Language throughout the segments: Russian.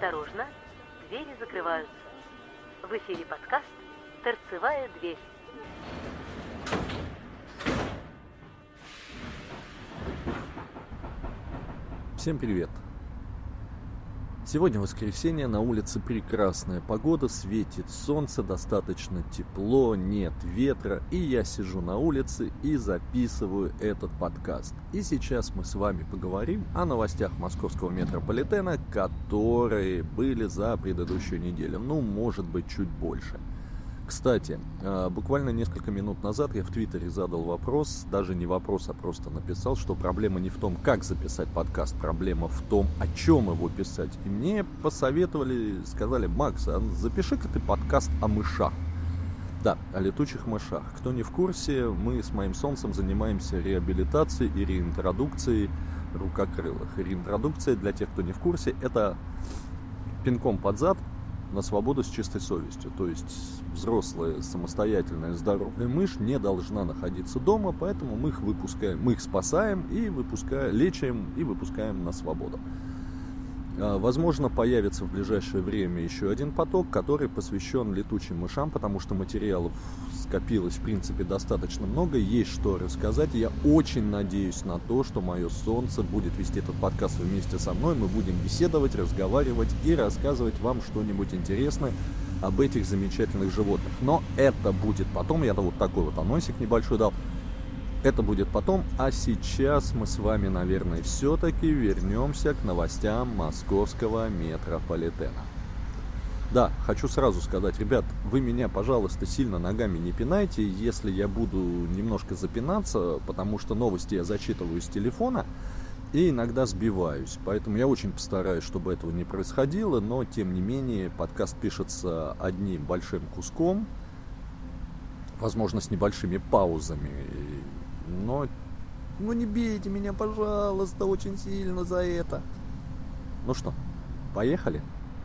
Осторожно, двери закрываются. В эфире подкаст «Торцевая дверь». Всем привет! Сегодня воскресенье, на улице прекрасная погода, светит солнце, достаточно тепло, нет ветра, и я сижу на улице и записываю этот подкаст. И сейчас мы с вами поговорим о новостях московского метрополитена, которые были за предыдущую неделю, может быть, чуть больше. Кстати, буквально несколько минут назад я в Твиттере задал вопрос, даже не вопрос, а просто написал, что проблема не в том, как записать подкаст, проблема в том, о чем его писать. И мне посоветовали, сказали: Макс, а запиши-ка ты подкаст о мышах. Да, о летучих мышах. Кто не в курсе, мы с моим солнцем занимаемся реабилитацией и реинтродукцией рукокрылых. Реинтродукция, для тех, кто не в курсе, это пинком под зад на свободу с чистой совестью. То есть взрослая, самостоятельная, здоровая мышь не должна находиться дома, поэтому мы их выпускаем, мы их спасаем и лечим и выпускаем на свободу. Возможно, появится в ближайшее время еще один поток, который посвящен летучим мышам, потому что материалов скопилось, в принципе, достаточно много, есть что рассказать. Я очень надеюсь на то, что мое солнце будет вести этот подкаст вместе со мной. Мы будем беседовать, разговаривать и рассказывать вам что-нибудь интересное об этих замечательных животных. Но это будет потом. Я вот такой вот анонсик небольшой дал. Это будет потом, а сейчас мы с вами, наверное, все-таки вернемся к новостям московского метрополитена. Да, хочу сразу сказать, ребят, вы меня, пожалуйста, сильно ногами не пинайте, если я буду немножко запинаться, потому что новости я зачитываю с телефона и иногда сбиваюсь. Поэтому я очень постараюсь, чтобы этого не происходило, но, тем не менее, подкаст пишется одним большим куском, возможно, с небольшими паузами. Но не бейте меня, пожалуйста, очень сильно за это. Ну что, поехали?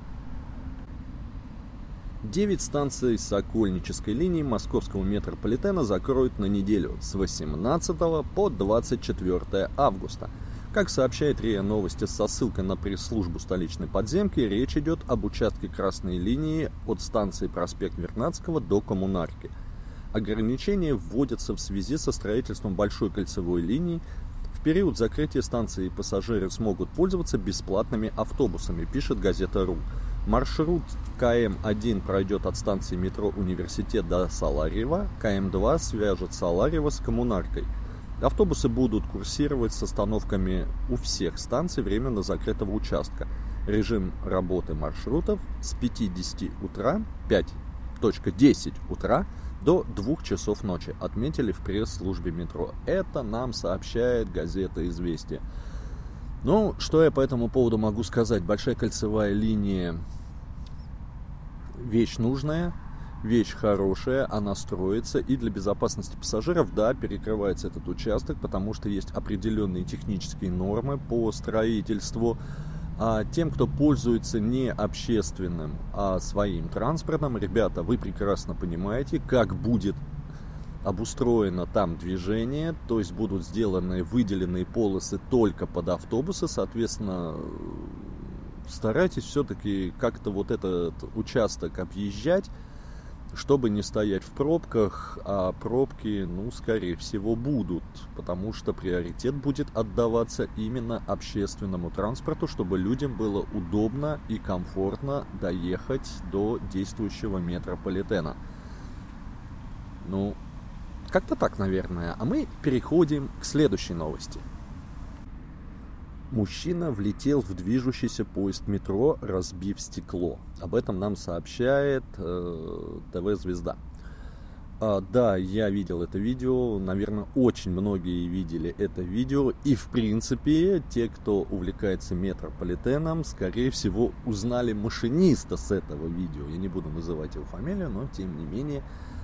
9 станций Сокольнической линии московского метрополитена закроют на неделю с 18 по 24 августа. Как сообщает РИА Новости со ссылкой на пресс-службу столичной подземки, речь идет об участке красной линии от станции проспект Вернадского до Коммунарки. Ограничения вводятся в связи со строительством большой кольцевой линии. В период закрытия станции пассажиры смогут пользоваться бесплатными автобусами, пишет газета.ру. Маршрут КМ-1 пройдет от станции метро Университет до Саларьева, КМ-2 свяжет Саларьево с Коммунаркой. Автобусы будут курсировать с остановками у всех станций временно закрытого участка. Режим работы маршрутов с 5:10 утра, 5:10 утра до 2 часов ночи, отметили в пресс-службе метро. Это нам сообщает газета «Известия». Что я по этому поводу могу сказать? Большая кольцевая линия – вещь нужная, вещь хорошая, она строится, и для безопасности пассажиров, да, перекрывается этот участок, потому что есть определенные технические нормы по строительству. А тем, кто пользуется не общественным, а своим транспортом, ребята, вы прекрасно понимаете, как будет обустроено там движение, то есть будут сделаны выделенные полосы только под автобусы, соответственно, старайтесь все-таки как-то вот этот участок объезжать, чтобы не стоять в пробках, а пробки, скорее всего, будут, потому что приоритет будет отдаваться именно общественному транспорту, чтобы людям было удобно и комфортно доехать до действующего метрополитена. Как-то так, наверное. А мы переходим к следующей новости. Мужчина влетел в движущийся поезд метро, разбив стекло. Об этом нам сообщает ТВ-звезда. Да, я видел это видео. Наверное, очень многие видели это видео. И, в принципе, те, кто увлекается метрополитеном, скорее всего, узнали машиниста с этого видео. Я не буду называть его фамилию, но, тем не менее,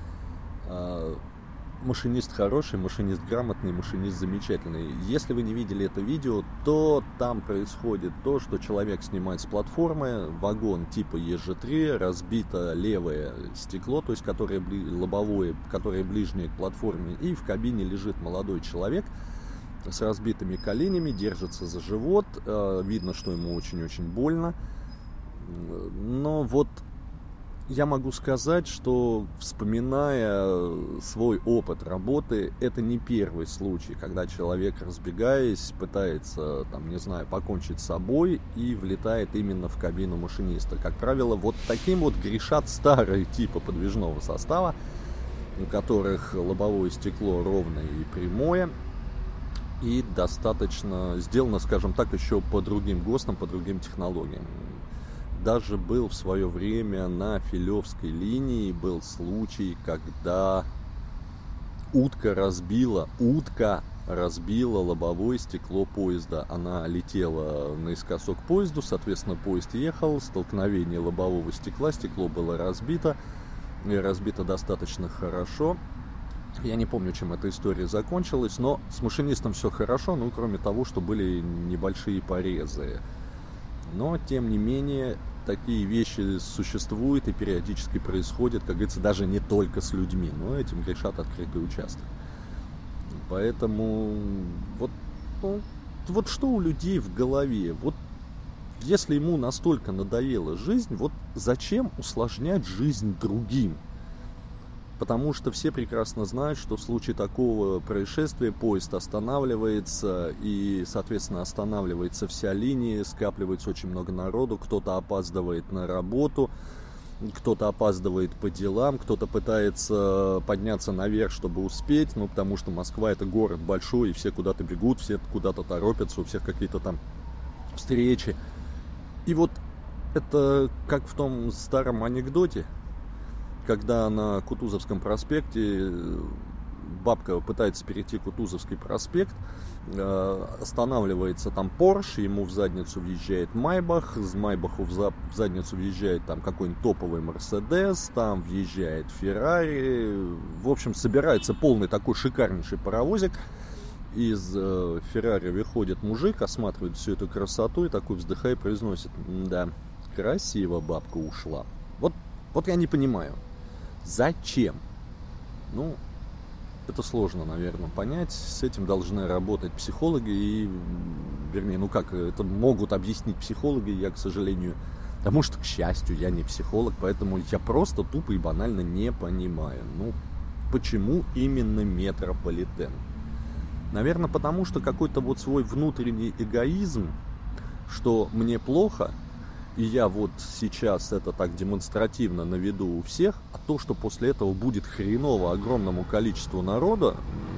машинист хороший, машинист грамотный, машинист замечательный. Если вы не видели это видео, то там происходит то, что человек снимает с платформы вагон типа ЕЖ-3, разбито левое стекло, то есть которое лобовое, которое ближнее к платформе, и в кабине лежит молодой человек с разбитыми коленями, держится за живот, видно, что ему очень-очень больно. Но вот я могу сказать, что, вспоминая свой опыт работы, это не первый случай, когда человек, разбегаясь, пытается, покончить с собой и влетает именно в кабину машиниста. Как правило, вот таким вот грешат старые типы подвижного состава, у которых лобовое стекло ровное и прямое, и достаточно сделано, скажем так, еще по другим ГОСТам, по другим технологиям. Даже был в свое время на Филевской линии был случай, когда утка разбила лобовое стекло поезда. Она летела наискосок к поезду, соответственно, поезд ехал, столкновение лобового стекла, стекло было разбито, и разбито достаточно хорошо. Я не помню, чем эта история закончилась, но с машинистом все хорошо, кроме того, что были небольшие порезы. Но, тем не менее, такие вещи существуют и периодически происходят, как говорится, даже не только с людьми, но этим грешат открытый участок. Поэтому вот что у людей в голове? Вот если ему настолько надоела жизнь, вот зачем усложнять жизнь другим? Потому что все прекрасно знают, что в случае такого происшествия поезд останавливается, и, соответственно, останавливается вся линия, скапливается очень много народу, кто-то опаздывает на работу, кто-то опаздывает по делам, кто-то пытается подняться наверх, чтобы успеть, потому что Москва — это город большой, и все куда-то бегут, все куда-то торопятся, у всех какие-то там встречи. И вот это как в том старом анекдоте, когда на Кутузовском проспекте бабка пытается перейти Кутузовский проспект, останавливается там Порш, ему в задницу въезжает Майбах, с Майбаху в задницу въезжает там какой-нибудь топовый Мерседес, там въезжает Феррари. В общем, собирается полный такой шикарнейший паровозик. Из Феррари выходит мужик, осматривает всю эту красоту и такой, вздыхая, произносит: да, красиво бабка ушла. Вот я не понимаю. Зачем? Это сложно, наверное, понять. С этим должны работать психологи. Это могут объяснить психологи. Я, к сожалению, потому что, к счастью, я не психолог, поэтому я просто тупо и банально не понимаю. Почему именно метрополитен? Наверное, потому что какой-то вот свой внутренний эгоизм, что мне плохо, и я вот сейчас это так демонстративно наведу у всех, а то, что после этого будет хреново огромному количеству народа,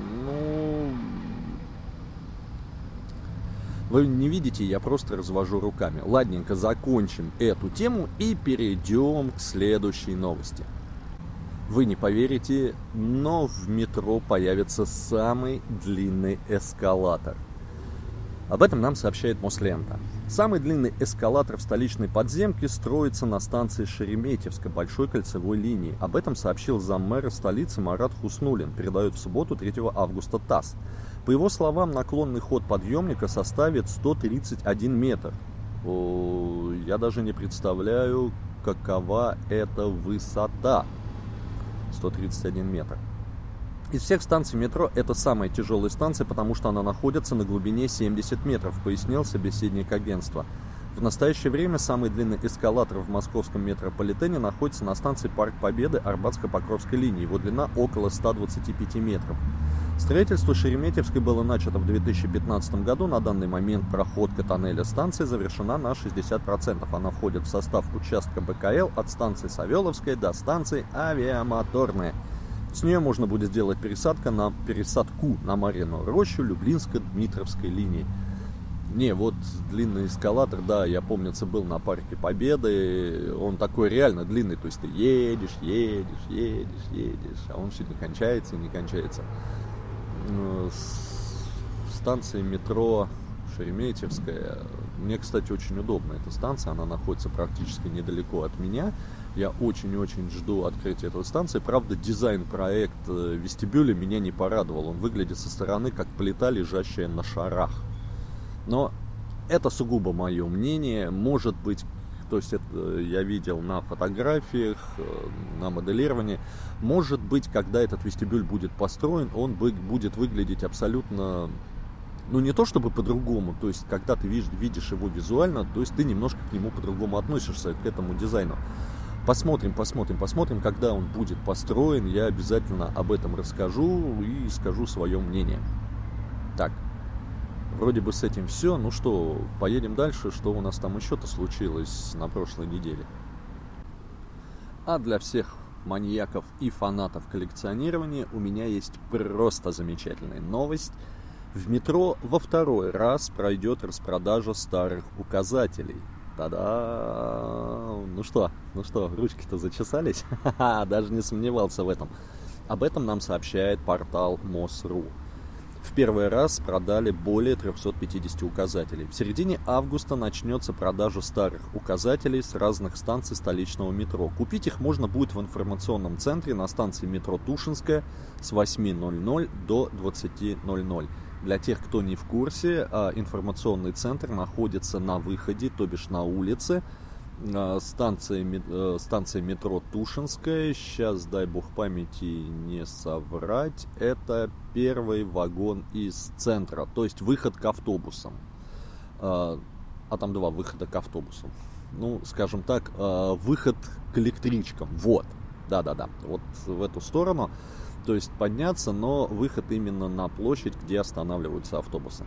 вы не видите, я просто развожу руками. Ладненько, закончим эту тему и перейдем к следующей новости. Вы не поверите, но в метро появится самый длинный эскалатор. Об этом нам сообщает Мослента. Самый длинный эскалатор в столичной подземке строится на станции Шереметьевска большой кольцевой линии. Об этом сообщил заммэра столицы Марат Хуснуллин, передает в субботу 3 августа ТАСС. По его словам, наклонный ход подъемника составит 131 метр. Я даже не представляю, какова эта высота. 131 метр. Из всех станций метро это самая тяжелая станция, потому что она находится на глубине 70 метров, пояснил собеседник агентства. В настоящее время самый длинный эскалатор в московском метрополитене находится на станции Парк Победы Арбатско-Покровской линии. Его длина около 125 метров. Строительство Шереметьевской было начато в 2015 году. На данный момент проходка тоннеля станции завершена на 60%. Она входит в состав участка БКЛ от станции Савеловская до станции Авиамоторная. С нее можно будет сделать пересадку на Марьину рощу Люблинско-Дмитровской линии. Длинный эскалатор, да, я, помнится, был на Парке Победы. Он такой реально длинный, то есть ты едешь, а он все не кончается и не кончается. Станция метро Шереметьевская. Мне, кстати, очень удобна эта станция. Она находится практически недалеко от меня. Я очень-очень жду открытия этой станции. Правда, дизайн-проект вестибюля меня не порадовал. Он выглядит со стороны как плита, лежащая на шарах. Но это сугубо мое мнение. Может быть, то есть это я видел на фотографиях, на моделировании. Может быть, когда этот вестибюль будет построен, он будет выглядеть абсолютно Ну, не то чтобы по-другому, то есть, когда ты видишь его визуально, то есть, ты немножко к нему по-другому относишься, к этому дизайну. Посмотрим, когда он будет построен, я обязательно об этом расскажу и скажу свое мнение. Так, вроде бы с этим все, ну что, поедем дальше, что у нас там еще-то случилось на прошлой неделе. А для всех маньяков и фанатов коллекционирования у меня есть просто замечательная новость. В метро во второй раз пройдет распродажа старых указателей. Та-да! Ну что, ручки-то зачесались? Даже не сомневался в этом. Об этом нам сообщает портал МОС.ру. В первый раз продали более 350 указателей. В середине августа начнется продажа старых указателей с разных станций столичного метро. Купить их можно будет в информационном центре на станции метро Тушинская с 8:00 до 20:00. Для тех, кто не в курсе, информационный центр находится на выходе, то бишь на улице, станция метро Тушинская. Сейчас, дай бог памяти не соврать, это первый вагон из центра, то есть выход к автобусам. А там два выхода к автобусам. Ну, скажем так, выход к электричкам. Вот, да-да-да, вот в эту сторону. То есть подняться, но выход именно на площадь, где останавливаются автобусы.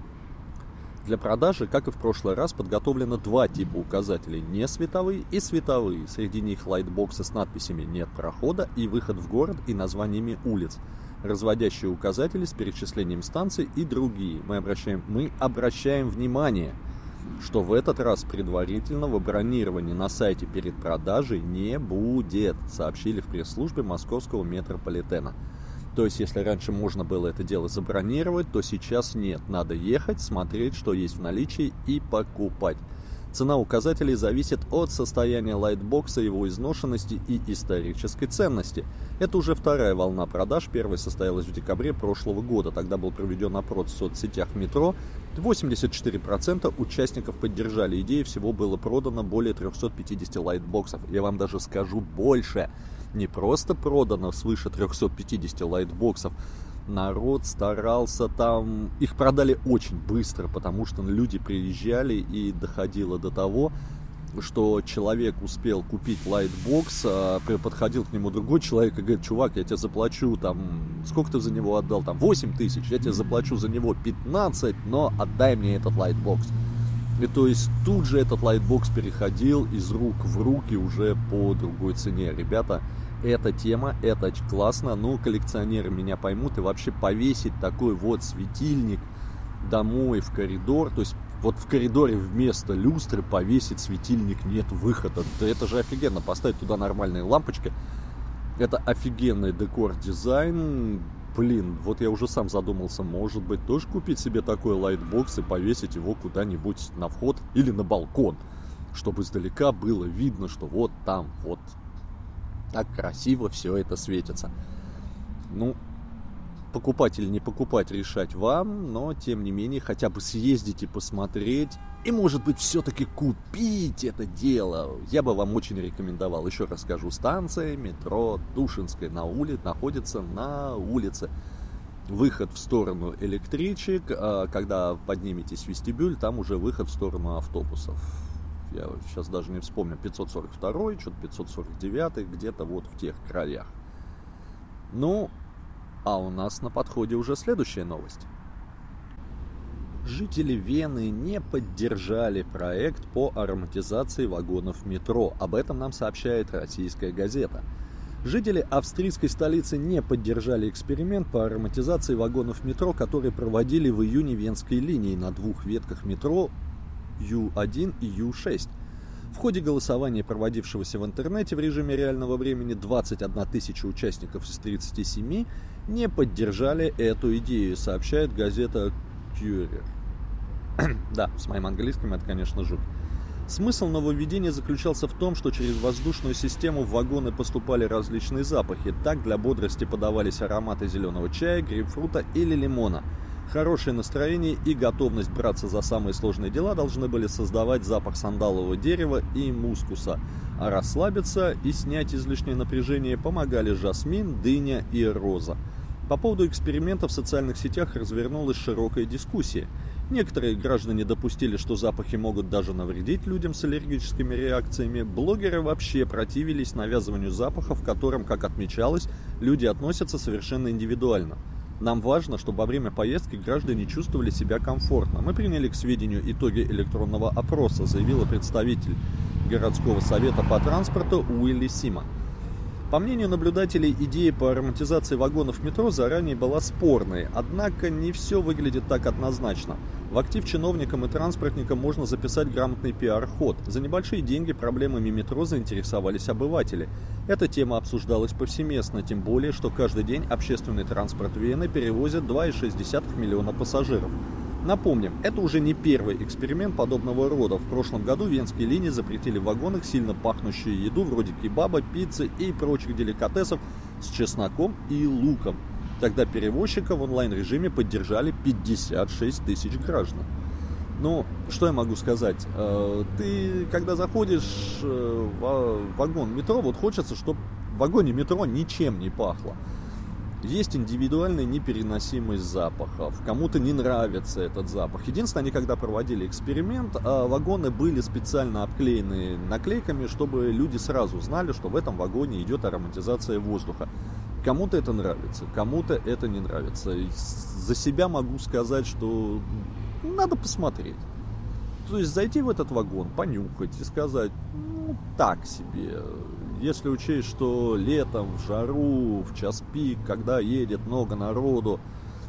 Для продажи, как и в прошлый раз, подготовлено два типа указателей: не световые и световые. Среди них лайтбоксы с надписями «Нет прохода» и «Выход в город» и названиями улиц, разводящие указатели с перечислением станций и другие. Мы обращаем внимание, что в этот раз предварительного бронирования на сайте перед продажей не будет, сообщили в пресс-службе московского метрополитена. То есть, если раньше можно было это дело забронировать, то сейчас нет. Надо ехать, смотреть, что есть в наличии, и покупать. Цена указателей зависит от состояния лайтбокса, его изношенности и исторической ценности. Это уже вторая волна продаж. Первая состоялась в декабре прошлого года. Тогда был проведен опрос в соцсетях метро. 84% участников поддержали идею. Всего было продано более 350 лайтбоксов. Я вам даже скажу больше. Не просто продано свыше 350 лайтбоксов. Народ старался там... Их продали очень быстро, потому что люди приезжали, и доходило до того, что человек успел купить лайтбокс, подходил к нему другой человек и говорит: чувак, я тебе заплачу там... Сколько ты за него отдал? Там 8 тысяч. Я тебе заплачу за него 15, но отдай мне этот лайтбокс. И то есть тут же этот лайтбокс переходил из рук в руки уже по другой цене. Ребята, эта тема, это классно. Ну, коллекционеры меня поймут. И вообще повесить такой вот светильник домой в коридор, то есть вот в коридоре вместо люстры повесить светильник, нет выхода. Да это же офигенно. Поставить туда нормальные лампочки. Это офигенный декор-дизайн. Блин, вот я уже сам задумался, может быть, тоже купить себе такой лайтбокс и повесить его куда-нибудь на вход или на балкон, чтобы издалека было видно, что вот там вот так красиво все это светится. Ну, покупать или не покупать, решать вам, но тем не менее хотя бы съездить и посмотреть, и может быть все-таки купить это дело. Я бы вам очень рекомендовал. Еще раз скажу, станция метро Тушинская находится на улице. Выход в сторону электричек, когда подниметесь в вестибюль, там уже выход в сторону автобусов. Я сейчас даже не вспомню, 542, что-то 549, где-то вот в тех краях. Ну, а у нас на подходе уже следующая новость. Жители Вены не поддержали проект по ароматизации вагонов метро. Об этом нам сообщает «Российская газета». Жители австрийской столицы не поддержали эксперимент по ароматизации вагонов метро, который проводили в июне Венской линии на двух ветках метро Ю1 и Ю6. В ходе голосования, проводившегося в интернете в режиме реального времени, 21 тысяча участников из 37 не поддержали эту идею, сообщает газета Кюрьер. Да, с моим английским это, конечно, жуть. Смысл нововведения заключался в том, что через воздушную систему в вагоны поступали различные запахи. Так для бодрости подавались ароматы зеленого чая, грейпфрута или лимона. Хорошее настроение и готовность браться за самые сложные дела должны были создавать запах сандалового дерева и мускуса. А расслабиться и снять излишнее напряжение помогали жасмин, дыня и роза. По поводу эксперимента в социальных сетях развернулась широкая дискуссия. Некоторые граждане допустили, что запахи могут даже навредить людям с аллергическими реакциями. Блогеры вообще противились навязыванию запахов, к которым, как отмечалось, люди относятся совершенно индивидуально. Нам важно, чтобы во время поездки граждане чувствовали себя комфортно. Мы приняли к сведению итоги электронного опроса, заявила представитель городского совета по транспорту Уилли Сима. По мнению наблюдателей, идея по ароматизации вагонов метро заранее была спорной, однако не все выглядит так однозначно. В актив чиновникам и транспортникам можно записать грамотный пиар-ход. За небольшие деньги проблемами метро заинтересовались обыватели. Эта тема обсуждалась повсеместно, тем более, что каждый день общественный транспорт Вены перевозит 2,6 миллиона пассажиров. Напомним, это уже не первый эксперимент подобного рода. В прошлом году венские линии запретили в вагонах сильно пахнущую еду вроде кебаба, пиццы и прочих деликатесов с чесноком и луком. Тогда перевозчика в онлайн-режиме поддержали 56 тысяч граждан. Ну, что я могу сказать? Ты, когда заходишь в вагон метро, вот хочется, чтобы в вагоне метро ничем не пахло. Есть индивидуальная непереносимость запахов. Кому-то не нравится этот запах. Единственное, они когда проводили эксперимент, вагоны были специально обклеены наклейками, чтобы люди сразу знали, что в этом вагоне идет ароматизация воздуха. Кому-то это нравится, кому-то это не нравится. За себя могу сказать, что надо посмотреть. То есть зайти в этот вагон, понюхать и сказать, ну, так себе. Если учесть, что летом, в жару, в час пик, когда едет много народу,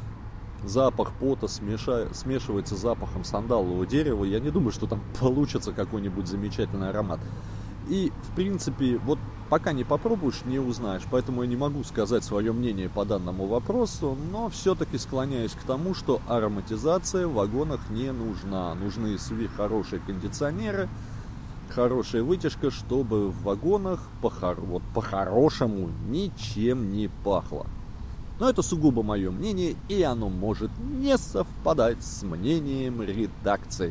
запах пота смешивается с запахом сандалового дерева, я не думаю, что там получится какой-нибудь замечательный аромат. И, в принципе, вот пока не попробуешь, не узнаешь. Поэтому я не могу сказать свое мнение по данному вопросу, но все-таки склоняюсь к тому, что ароматизация в вагонах не нужна. Нужны хорошие кондиционеры, хорошая вытяжка, чтобы в вагонах по-хорошему ничем не пахло. Но это сугубо мое мнение, и оно может не совпадать с мнением редакции.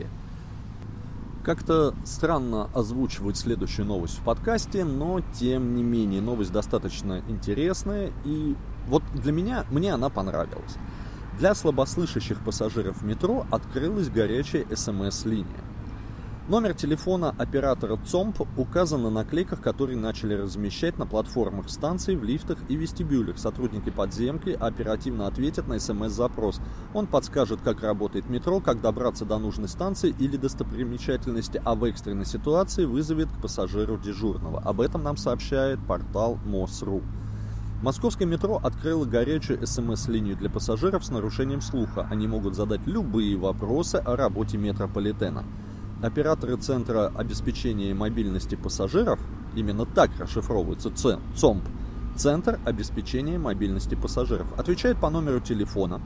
Как-то странно озвучивать следующую новость в подкасте, но тем не менее новость достаточно интересная, и вот мне она понравилась. Для слабослышащих пассажиров метро открылась горячая СМС-линия. Номер телефона оператора ЦОМП указан на наклейках, которые начали размещать на платформах станций, в лифтах и вестибюлях. Сотрудники подземки оперативно ответят на СМС-запрос. Он подскажет, как работает метро, как добраться до нужной станции или достопримечательности, а в экстренной ситуации вызовет к пассажиру дежурного. Об этом нам сообщает портал МОС.ру. Московское метро открыло горячую СМС-линию для пассажиров с нарушением слуха. Они могут задать любые вопросы о работе метрополитена. Операторы Центра обеспечения мобильности пассажиров, именно так расшифровывается ЦОМП, Центр обеспечения мобильности пассажиров, отвечают по номеру телефона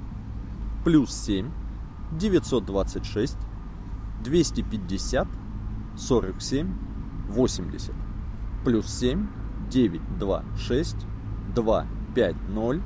+7 926 250 47 80 +7 926 250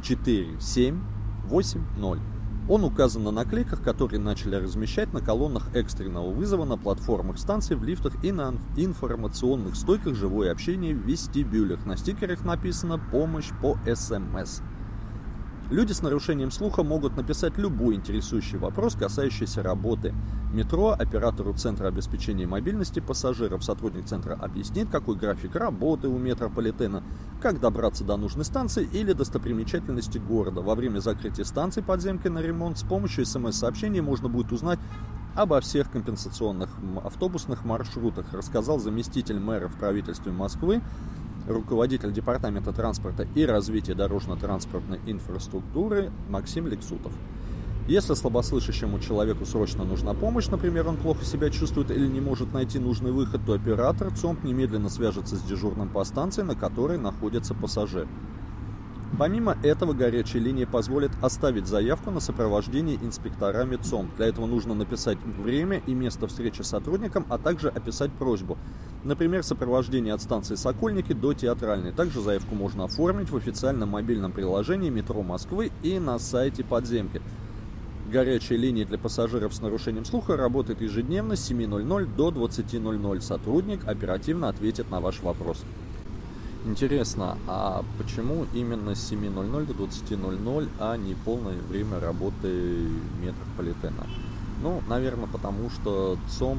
47 80. Он указан на наклейках, которые начали размещать на колоннах экстренного вызова на платформах станций, в лифтах и на информационных стойках «Живое общение» в вестибюлях. На стикерах написано «Помощь по СМС». Люди с нарушением слуха могут написать любой интересующий вопрос, касающийся работы метро, оператору Центра обеспечения мобильности пассажиров. Сотрудник Центра объяснит, какой график работы у метрополитена, как добраться до нужной станции или достопримечательности города. Во время закрытия станции подземкой на ремонт с помощью СМС-сообщений можно будет узнать обо всех компенсационных автобусных маршрутах, рассказал заместитель мэра в правительстве Москвы, руководитель Департамента транспорта и развития дорожно-транспортной инфраструктуры Максим Лексутов. Если слабослышащему человеку срочно нужна помощь, например, он плохо себя чувствует или не может найти нужный выход, то оператор ЦОМП немедленно свяжется с дежурным по станции, на которой находится пассажир. Помимо этого, горячая линия позволит оставить заявку на сопровождение инспекторами ЦОМП. Для этого нужно написать время и место встречи с сотрудником, а также описать просьбу. Например, сопровождение от станции Сокольники до Театральной. Также заявку можно оформить в официальном мобильном приложении метро Москвы и на сайте подземки. Горячая линия для пассажиров с нарушением слуха работает ежедневно с 7:00 до 20:00. Сотрудник оперативно ответит на ваш вопрос. Интересно, а почему именно с 7:00 до 20:00, а не полное время работы метрополитена? Ну, наверное, потому что ЦОМ,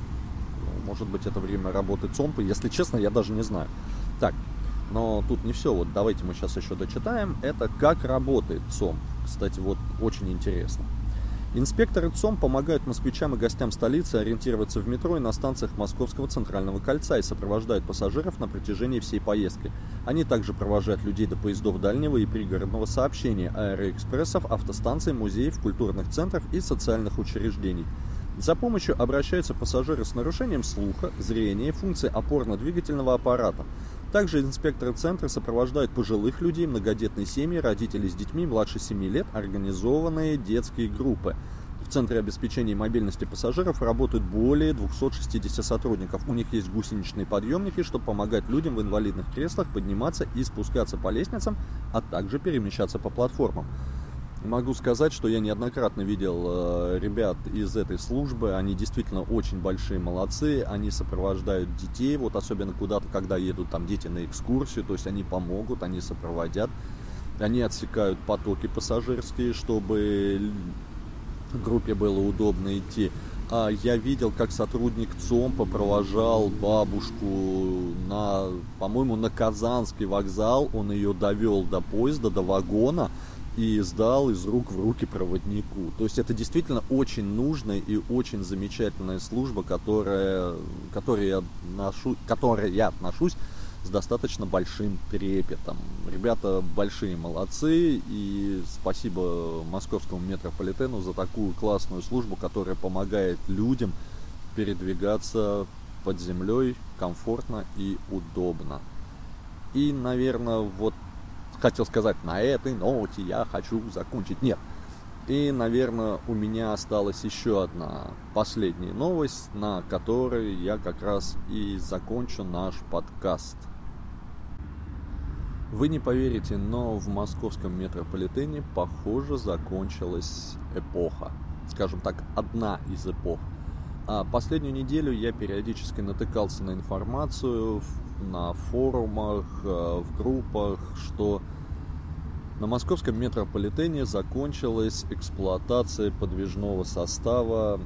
может быть, это время работы ЦОМПа, если честно, я даже не знаю. Так, но тут не все, вот давайте мы сейчас еще дочитаем. Это как работает ЦОМ. Кстати, вот очень интересно. Инспекторы ЦОМ помогают москвичам и гостям столицы ориентироваться в метро и на станциях Московского центрального кольца и сопровождают пассажиров на протяжении всей поездки. Они также провожают людей до поездов дальнего и пригородного сообщения, аэроэкспрессов, автостанций, музеев, культурных центров и социальных учреждений. За помощью обращаются пассажиры с нарушением слуха, зрения, функций опорно-двигательного аппарата. Также инспекторы центра сопровождают пожилых людей, многодетные семьи, родителей с детьми младше 7 лет, организованные детские группы. В Центре обеспечения мобильности пассажиров работают более 260 сотрудников. У них есть гусеничные подъемники, чтобы помогать людям в инвалидных креслах подниматься и спускаться по лестницам, а также перемещаться по платформам. Могу сказать, что я неоднократно видел ребят из этой службы, они действительно очень большие молодцы, они сопровождают детей, вот особенно куда-то, когда едут там дети на экскурсию, то есть они помогут, они сопроводят, они отсекают потоки пассажирские, чтобы группе было удобно идти. А я видел, как сотрудник ЦОМПа провожал бабушку по-моему, на Казанский вокзал, он ее довел до поезда, до вагона, и сдал из рук в руки проводнику. То есть это действительно очень нужная и очень замечательная служба, к которой я отношусь с достаточно большим трепетом. Ребята большие молодцы, и спасибо московскому метрополитену за такую классную службу, которая помогает людям передвигаться под землей комфортно и удобно. И, наверное, вот хотел сказать, на этой ноте я хочу закончить. Нет. И, наверное, у меня осталась еще одна последняя новость, на которой я как раз и закончу наш подкаст. Вы не поверите, но в московском метрополитене, похоже, закончилась эпоха. Скажем так, одна из эпох. А последнюю неделю я периодически натыкался на информацию на форумах, в группах, что на московском метрополитене закончилась эксплуатация подвижного состава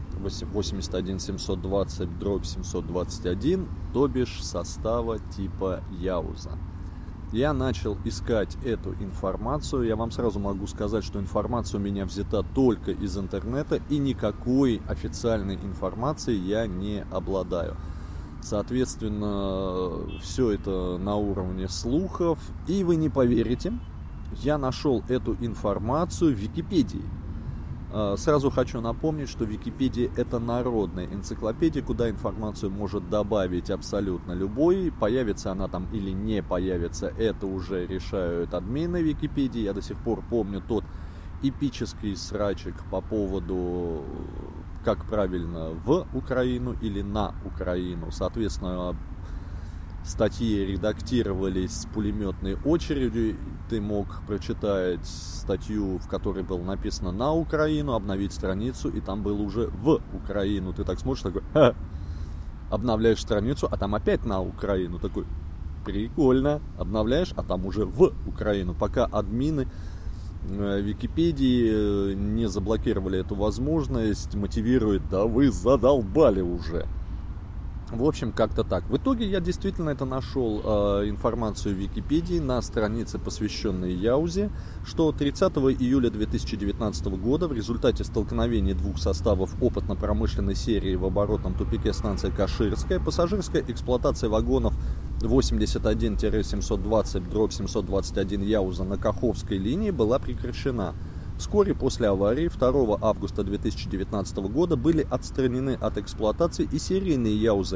81720/721, то бишь состава типа Яуза. Я начал искать эту информацию. Я вам сразу могу сказать, что информация у меня взята только из интернета, и никакой официальной информации я не обладаю. Соответственно, все это на уровне слухов. И вы не поверите, я нашел эту информацию в Википедии. Сразу хочу напомнить, что Википедия — это народная энциклопедия, куда информацию может добавить абсолютно любой. Появится она там или не появится, это уже решают админы Википедии. Я до сих пор помню тот эпический срачик по поводу, как правильно, в Украину или на Украину. Соответственно, статьи редактировались с пулеметной очередью. Ты мог прочитать статью, в которой было написано «на Украину», обновить страницу, и там было уже «в Украину». Ты так смотришь, такой обновляешь страницу, а там опять «на Украину». Такой прикольно. Обновляешь, а там уже «в Украину». Пока админы Википедии не заблокировали эту возможность, мотивирует: да вы задолбали уже. В общем, как-то так. В итоге я действительно это нашел информацию в Википедии на странице, посвященной Яузе, что 30 июля 2019 года в результате столкновения двух составов опытно-промышленной серии в оборотном тупике станции Каширская пассажирская эксплуатация вагонов 81-720/721 Яуза на Каховской линии была прекращена. Вскоре после аварии 2 августа 2019 года были отстранены от эксплуатации и серийные Яузы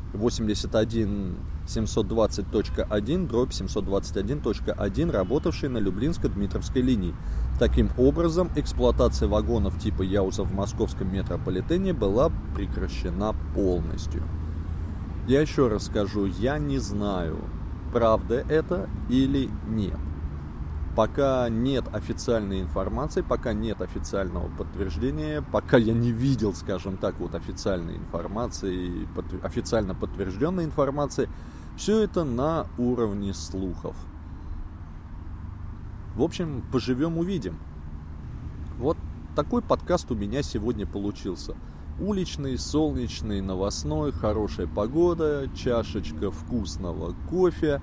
81-720.1/721.1, работавшие на Люблинско-Дмитровской линии. Таким образом, эксплуатация вагонов типа Яуза в московском метрополитене была прекращена полностью. Я еще раз скажу, я не знаю, правда это или нет. Пока нет официальной информации, пока нет официального подтверждения, пока я не видел, скажем так, вот официальной информации, официально подтвержденной информации, Все это на уровне слухов. В общем, поживем увидим. Вот такой подкаст у меня сегодня получился. Уличный, солнечный, новостной, хорошая погода, чашечка вкусного кофе.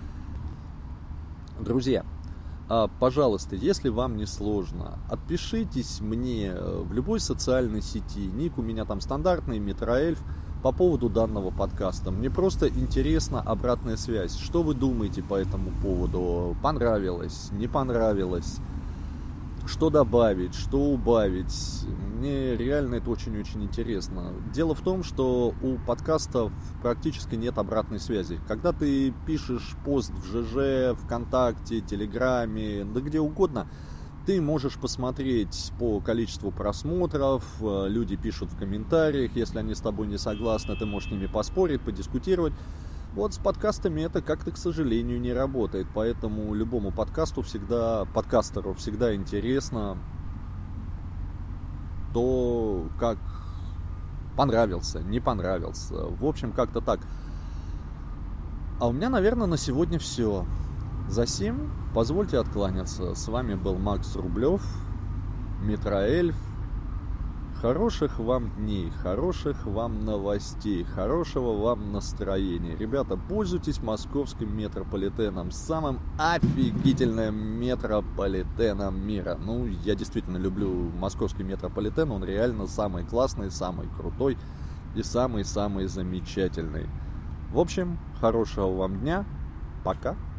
Друзья, пожалуйста, если вам не сложно, отпишитесь мне в любой социальной сети. Ник у меня там стандартный, Метроэльф, по поводу данного подкаста. Мне просто интересна обратная связь. Что вы думаете по этому поводу? Понравилось? Не понравилось? Что добавить? Что убавить? Мне реально это очень-очень интересно. Дело в том, что у подкастов практически нет обратной связи. Когда ты пишешь пост в ЖЖ, ВКонтакте, Телеграме, да где угодно, ты можешь посмотреть по количеству просмотров, люди пишут в комментариях, если они с тобой не согласны, ты можешь с ними поспорить, подискутировать. Вот с подкастами это как-то, к сожалению, не работает, поэтому любому подкастеру всегда интересно то, как понравился, не понравился. В общем, как-то так. А у меня, наверное, на сегодня все. Засим позвольте откланяться. С вами был Макс Рублев, Метроэльф. Хороших вам дней, хороших вам новостей, хорошего вам настроения. Ребята, пользуйтесь московским метрополитеном, самым офигительным метрополитеном мира. Ну, я действительно люблю московский метрополитен, он реально самый классный, самый крутой и самый-самый замечательный. В общем, хорошего вам дня, пока.